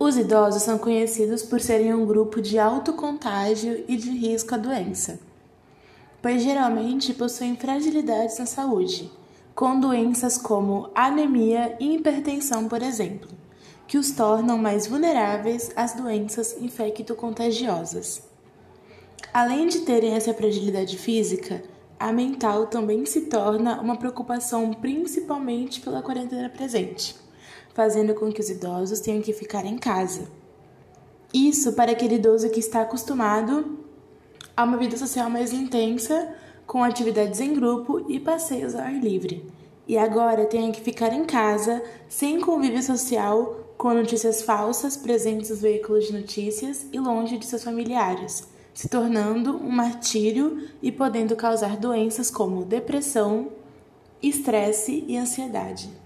Os idosos são conhecidos por serem um grupo de alto contágio e de risco à doença, pois geralmente possuem fragilidades na saúde, com doenças como anemia e hipertensão, por exemplo, que os tornam mais vulneráveis às doenças infecto-contagiosas. Além de terem essa fragilidade física, a mental também se torna uma preocupação principalmente pela quarentena presente, fazendo com que os idosos tenham que ficar em casa. Isso para aquele idoso que está acostumado a uma vida social mais intensa, com atividades em grupo e passeios ao ar livre. E agora tem que ficar em casa, sem convívio social, com notícias falsas presentes nos veículos de notícias e longe de seus familiares, se tornando um martírio e podendo causar doenças como depressão, estresse e ansiedade.